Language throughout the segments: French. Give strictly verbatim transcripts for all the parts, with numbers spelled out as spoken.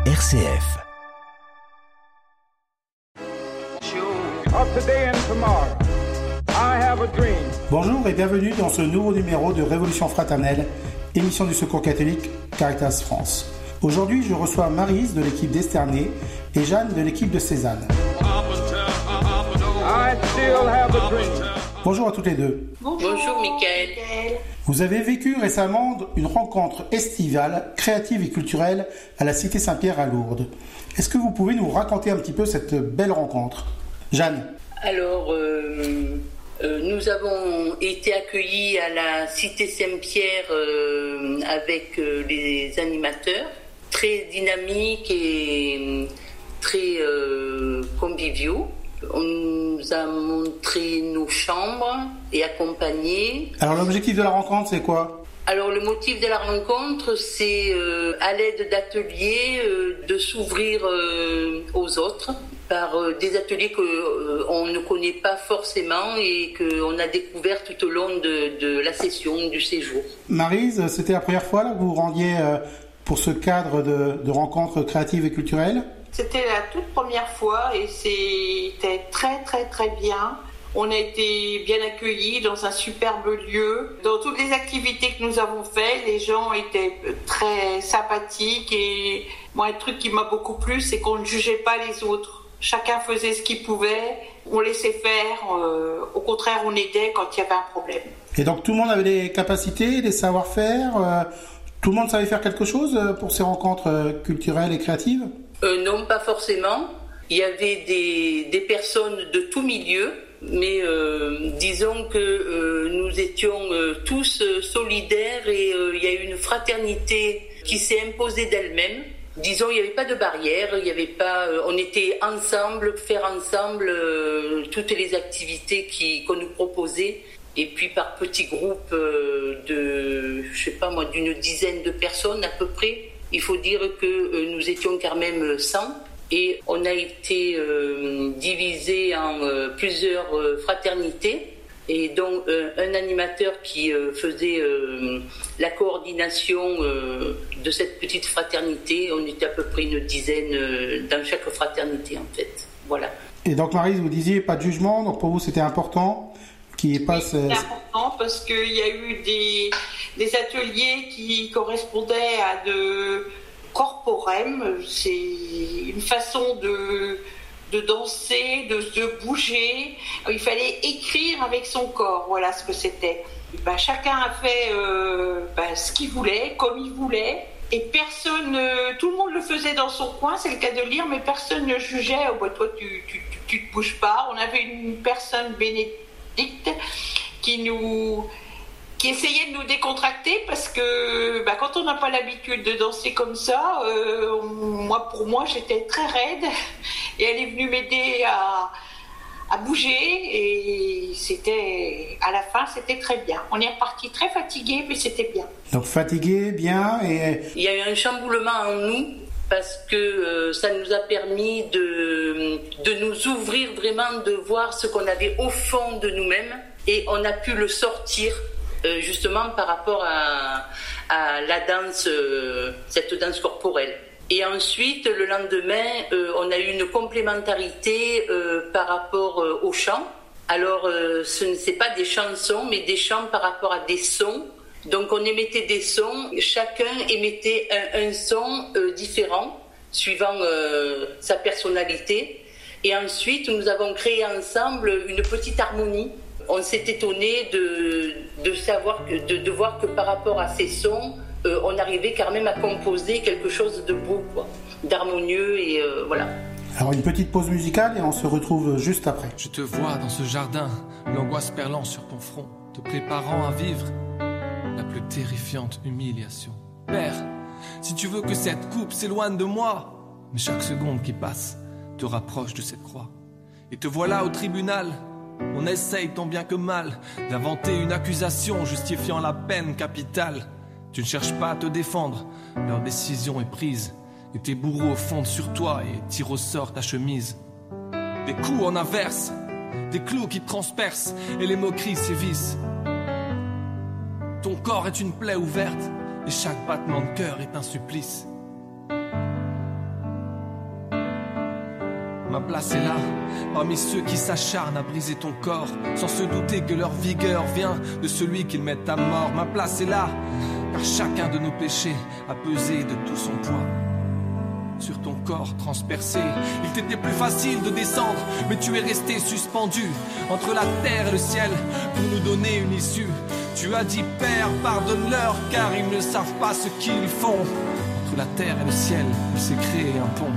R C F. Bonjour et bienvenue dans ce nouveau numéro de Révolution fraternelle, émission du Secours catholique Caritas France. Aujourd'hui, je reçois Maryse de l'équipe d'Esternay et Jeanne de l'équipe de Cézanne. Bonjour à toutes les deux. Bonjour, Bonjour Mickaël. Vous avez vécu récemment une rencontre estivale, créative et culturelle à la Cité Saint-Pierre à Lourdes. Est-ce que vous pouvez nous raconter un petit peu cette belle rencontre ? Jeanne ? Alors, euh, euh, nous avons été accueillis à la Cité Saint-Pierre euh, avec euh, les animateurs, très dynamiques et très euh, conviviaux. On nous a montré nos chambres et accompagné. Alors l'objectif de la rencontre, c'est quoi ? Alors le motif de la rencontre, c'est euh, à l'aide d'ateliers euh, de s'ouvrir euh, aux autres par euh, des ateliers qu'on euh, ne connaît pas forcément et qu'on a découvert tout au long de, de la session, du séjour. Maryse, c'était la première fois là, que vous vous rendiez euh, pour ce cadre de, de rencontres créatives et culturelles ? C'était la toute première fois et c'était très très très bien. On a été bien accueillis dans un superbe lieu. Dans toutes les activités que nous avons faites, les gens étaient très sympathiques et moi, un truc qui m'a beaucoup plu, c'est qu'on ne jugeait pas les autres. Chacun faisait ce qu'il pouvait, on laissait faire. Euh, au contraire, on aidait quand il y avait un problème. Et donc tout le monde avait des capacités, des savoir-faire. Euh, tout le monde savait faire quelque chose pour ces rencontres euh, culturelles et créatives ? Euh, non, pas forcément. Il y avait des, des personnes de tout milieu, mais euh, disons que euh, nous étions euh, tous euh, solidaires et euh, il y a eu une fraternité qui s'est imposée d'elle-même. Disons, il n'y avait pas de barrière, il y avait pas, euh, on était ensemble, faire ensemble euh, toutes les activités qui, qu'on nous proposait. Et puis par petits groupes euh, de, je sais pas moi, d'une dizaine de personnes à peu près. Il faut dire que euh, nous étions quand même cent et on a été euh, divisés en euh, plusieurs euh, fraternités et donc euh, un animateur qui euh, faisait euh, la coordination euh, de cette petite fraternité. On était à peu près une dizaine euh, dans chaque fraternité en fait. Voilà. Et donc Maryse, vous disiez pas de jugement, donc pour vous c'était important qu'il n'y ait pas... Oui, c'est important parce qu'il y a eu des, des ateliers qui correspondaient à de corporem, c'est une façon de, de danser, de se bouger. Il fallait écrire avec son corps, voilà ce que c'était. Ben, chacun a fait euh, ben, ce qu'il voulait, comme il voulait. Et personne, euh, tout le monde le faisait dans son coin, c'est le cas de le dire, mais personne ne jugeait. Oh, ben, toi, tu, tu, tu, tu te bouges pas. On avait une personne bénédicte qui nous qui essayait de nous décontracter parce que bah, quand on n'a pas l'habitude de danser comme ça, euh, moi pour moi j'étais très raide et elle est venue m'aider à, à bouger et c'était à la fin c'était très bien. On est reparti très fatigué mais c'était bien. Donc fatigué, bien et... Il y a eu un chamboulement en nous parce que euh, ça nous a permis de, de nous ouvrir vraiment, de voir ce qu'on avait au fond de nous-mêmes et on a pu le sortir euh, justement par rapport à, à la danse, euh, cette danse corporelle. Et ensuite, le lendemain, euh, on a eu une complémentarité euh, par rapport euh, au chant. Alors, euh, ce ne sont pas des chansons, mais des chants par rapport à des sons. Donc on émettait des sons, chacun émettait un, un son euh, différent, suivant euh, sa personnalité. Et ensuite, nous avons créé ensemble une petite harmonie. On s'est étonné de, de, savoir que, de, de voir que par rapport à ces sons, euh, on arrivait quand même à composer quelque chose de beau, quoi, d'harmonieux et euh, voilà. Alors une petite pause musicale et on se retrouve juste après. Je te vois dans ce jardin, l'angoisse perlant sur ton front, te préparant à vivre la plus terrifiante humiliation. Père, si tu veux que cette coupe s'éloigne de moi, mais chaque seconde qui passe te rapproche de cette croix. Et te voilà au tribunal, on essaye tant bien que mal d'inventer une accusation justifiant la peine capitale. Tu ne cherches pas à te défendre, leur décision est prise, et tes bourreaux fondent sur toi et tirent au sort ta chemise. Des coups en averse, des clous qui transpercent, et les moqueries sévissent. Ton corps est une plaie ouverte, et chaque battement de cœur est un supplice. Ma place est là, parmi ceux qui s'acharnent à briser ton corps, sans se douter que leur vigueur vient de celui qu'ils mettent à mort. Ma place est là, car chacun de nos péchés a pesé de tout son poids sur ton corps transpercé. Il t'était plus facile de descendre, mais tu es resté suspendu entre la terre et le ciel pour nous donner une issue. Tu as dit, Père, pardonne-leur, car ils ne savent pas ce qu'ils font. Entre la terre et le ciel, il s'est créé un pont.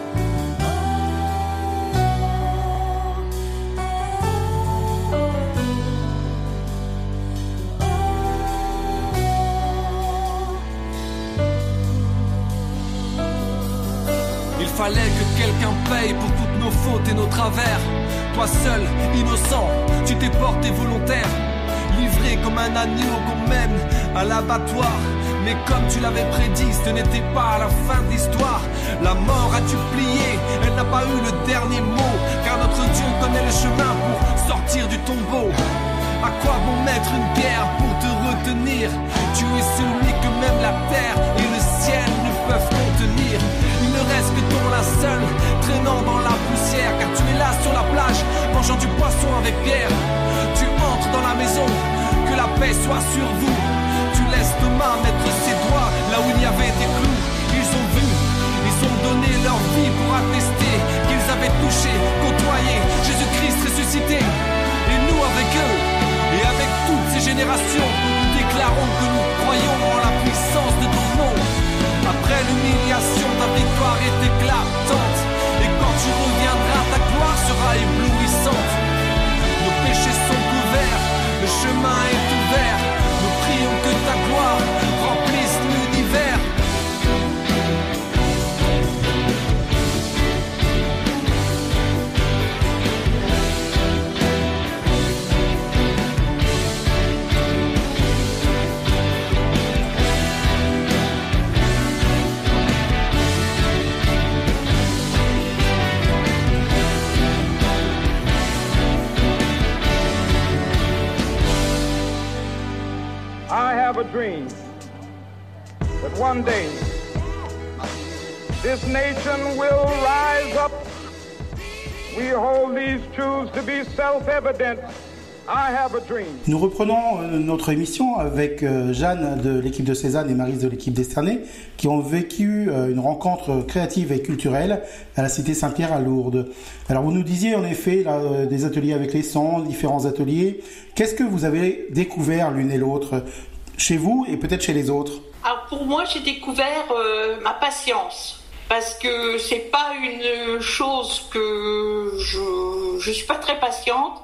Il fallait que quelqu'un paye pour toutes nos fautes et nos travers. Toi seul, innocent, tu t'es porté volontaire, livré comme un agneau qu'on mène à l'abattoir. Mais comme tu l'avais prédit, ce n'était pas la fin de l'histoire. La mort a-tu plié, elle n'a pas eu le dernier mot, car notre Dieu connaît le chemin pour sortir du tombeau. À quoi bon mettre une pierre pour te retenir? Tu es celui que même la terre et le ciel ne peuvent contenir. Il ne reste que ton linceul traînant dans la poussière, car tu es là sur la plage, mangeant du poisson avec Pierre. Tu entres dans la maison, que la paix soit sur vous. Tu laisses Thomas mettre ses doigts là où il y avait des clous. Ils ont vu, ils ont donné leur vie pour attester qu'ils avaient touché, côtoyé Jésus-Christ ressuscité. Et nous avec eux, et avec toutes ces générations, nous déclarons que nous croyons en la puissance de ton nom. Après l'humiliation, ta victoire est éclatante, et quand tu reviendras, ta gloire sera éblouissante. Nos péchés sont couverts, le chemin est ouvert. Nous prions que ta gloire remplisse l'univers. I have a dream that one day this nation will rise up. We hold these truths to be self-evident. I have a dream. Nous reprenons notre émission avec Jeanne de l'équipe de Cézanne et Maryse de l'équipe d'Esternay qui ont vécu une rencontre créative et culturelle à la cité Saint-Pierre à Lourdes. Alors vous nous disiez en effet là, des ateliers avec les sons, différents ateliers. Qu'est-ce que vous avez découvert l'une et l'autre chez vous et peut-être chez les autres? Alors pour moi, j'ai découvert euh, ma patience. Parce que c'est pas une chose que je je suis pas très patiente,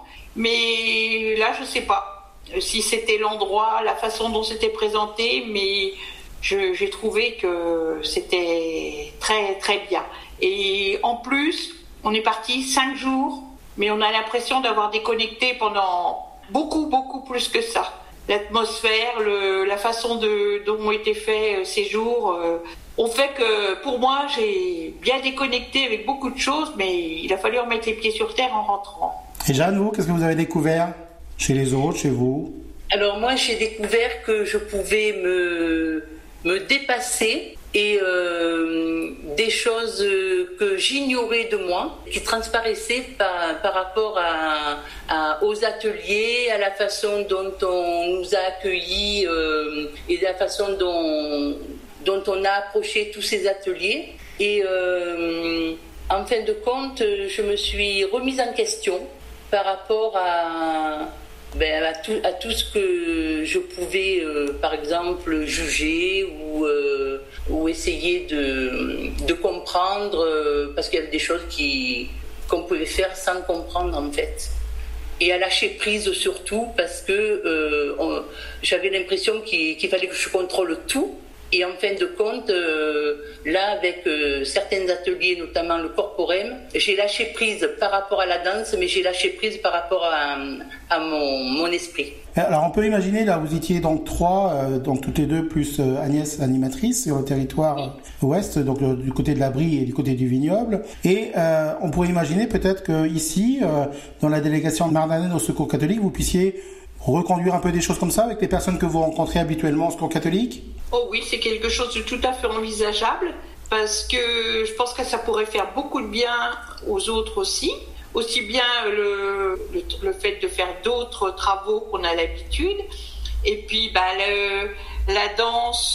mais là je sais pas si c'était l'endroit, la façon dont c'était présenté, mais je, j'ai trouvé que c'était très très bien. Et en plus, on est parti cinq jours, mais on a l'impression d'avoir déconnecté pendant beaucoup beaucoup plus que ça. L'atmosphère, le, la façon de, dont ont été faits ces jours euh, ont fait que, pour moi, j'ai bien déconnecté avec beaucoup de choses, mais il a fallu remettre les pieds sur terre en rentrant. Et Jeanne, vous, qu'est-ce que vous avez découvert chez les autres, chez vous? Alors moi, j'ai découvert que je pouvais me, me dépasser et euh, des choses que j'ignorais de moi, qui transparaissaient par, par rapport à, à, aux ateliers, à la façon dont on nous a accueillis euh, et la façon dont, dont on a approché tous ces ateliers. Et euh, en fin de compte, je me suis remise en question par rapport à... Ben, à, tout, à tout ce que je pouvais, euh, par exemple, juger ou, euh, ou essayer de, de comprendre, euh, parce qu'il y avait des choses qui, qu'on pouvait faire sans comprendre, en fait. Et à lâcher prise surtout, parce que euh, on, j'avais l'impression qu'il, qu'il fallait que je contrôle tout. Et en fin de compte, euh, là, avec euh, certains ateliers, notamment le corporem, j'ai lâché prise par rapport à la danse, mais j'ai lâché prise par rapport à, à mon, mon esprit. Alors, on peut imaginer, là, vous étiez donc trois, euh, donc toutes les deux, plus euh, Agnès, animatrice, sur le territoire euh, ouest, donc euh, du côté de la Brie et du côté du vignoble. Et euh, on pourrait imaginer peut-être qu'ici, euh, dans la délégation de Marne-la-Naine au Secours catholique, vous puissiez reconduire un peu des choses comme ça avec les personnes que vous rencontrez habituellement au Secours catholique? Oh oui, c'est quelque chose de tout à fait envisageable. parce que je pense que ça pourrait faire beaucoup de bien aux autres aussi. Aussi bien le, le, le fait de faire d'autres travaux qu'on a l'habitude. Et puis bah, le, la danse,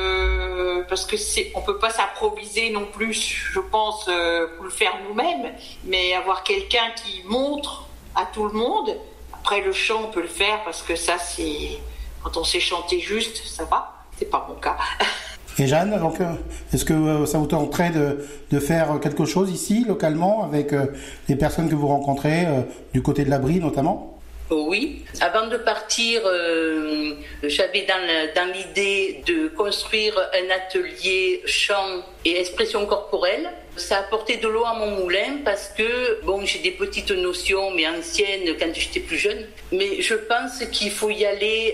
euh, parce que c'est, on peut pas s'improviser non plus, je pense, euh, pour le faire nous-mêmes, mais avoir quelqu'un qui montre à tout le monde. Après le chant, on peut le faire parce que ça, c'est quand on sait chanter juste, ça va. C'est pas mon cas. Et Jeanne, donc, est-ce que ça vous tenterait de, de faire quelque chose ici, localement, avec les personnes que vous rencontrez, du côté de la Brie notamment ? Oui. Avant de partir, euh, j'avais dans, dans l'idée de construire un atelier chant et expression corporelle. Ça a apporté de l'eau à mon moulin parce que, bon, j'ai des petites notions, mais anciennes, quand j'étais plus jeune. Mais je pense qu'il faut y aller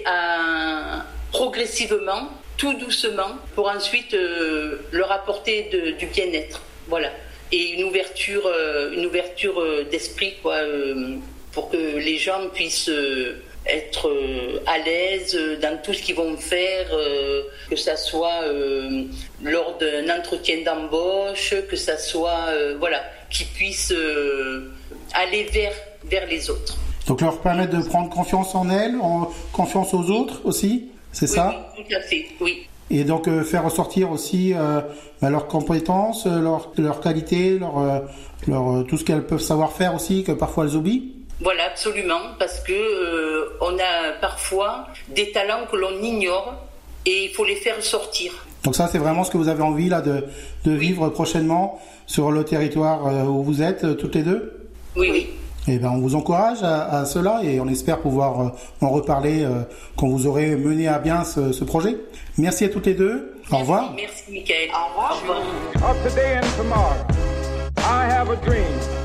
à, progressivement, tout doucement, pour ensuite euh, leur apporter de, du bien-être, voilà, et une ouverture, euh, une ouverture euh, d'esprit, quoi, euh, pour que les gens puissent euh, être euh, à l'aise dans tout ce qu'ils vont faire, euh, que ça soit euh, lors d'un entretien d'embauche, que ça soit, euh, voilà, qu'ils puissent euh, aller vers vers les autres. Donc leur permettre de prendre confiance en elles, en confiance aux autres aussi. C'est oui, ça ? Oui, tout à fait, oui. Et donc euh, faire ressortir aussi euh, bah, leurs compétences, leurs leur qualités, leur, euh, leur, euh, tout ce qu'elles peuvent savoir faire aussi, que parfois elles oublient. Voilà, absolument, parce que euh, on a parfois des talents que l'on ignore et il faut les faire sortir. Donc ça, c'est vraiment ce que vous avez envie là de, de vivre prochainement sur le territoire euh, où vous êtes, euh, toutes les deux ? Oui, oui. Eh ben, on vous encourage à, à cela et on espère pouvoir euh, en reparler euh, quand vous aurez mené à bien ce, ce projet. Merci à toutes les deux. Merci, au revoir. Merci, Michael. Au revoir. Au revoir. Of today and tomorrow, I have a dream.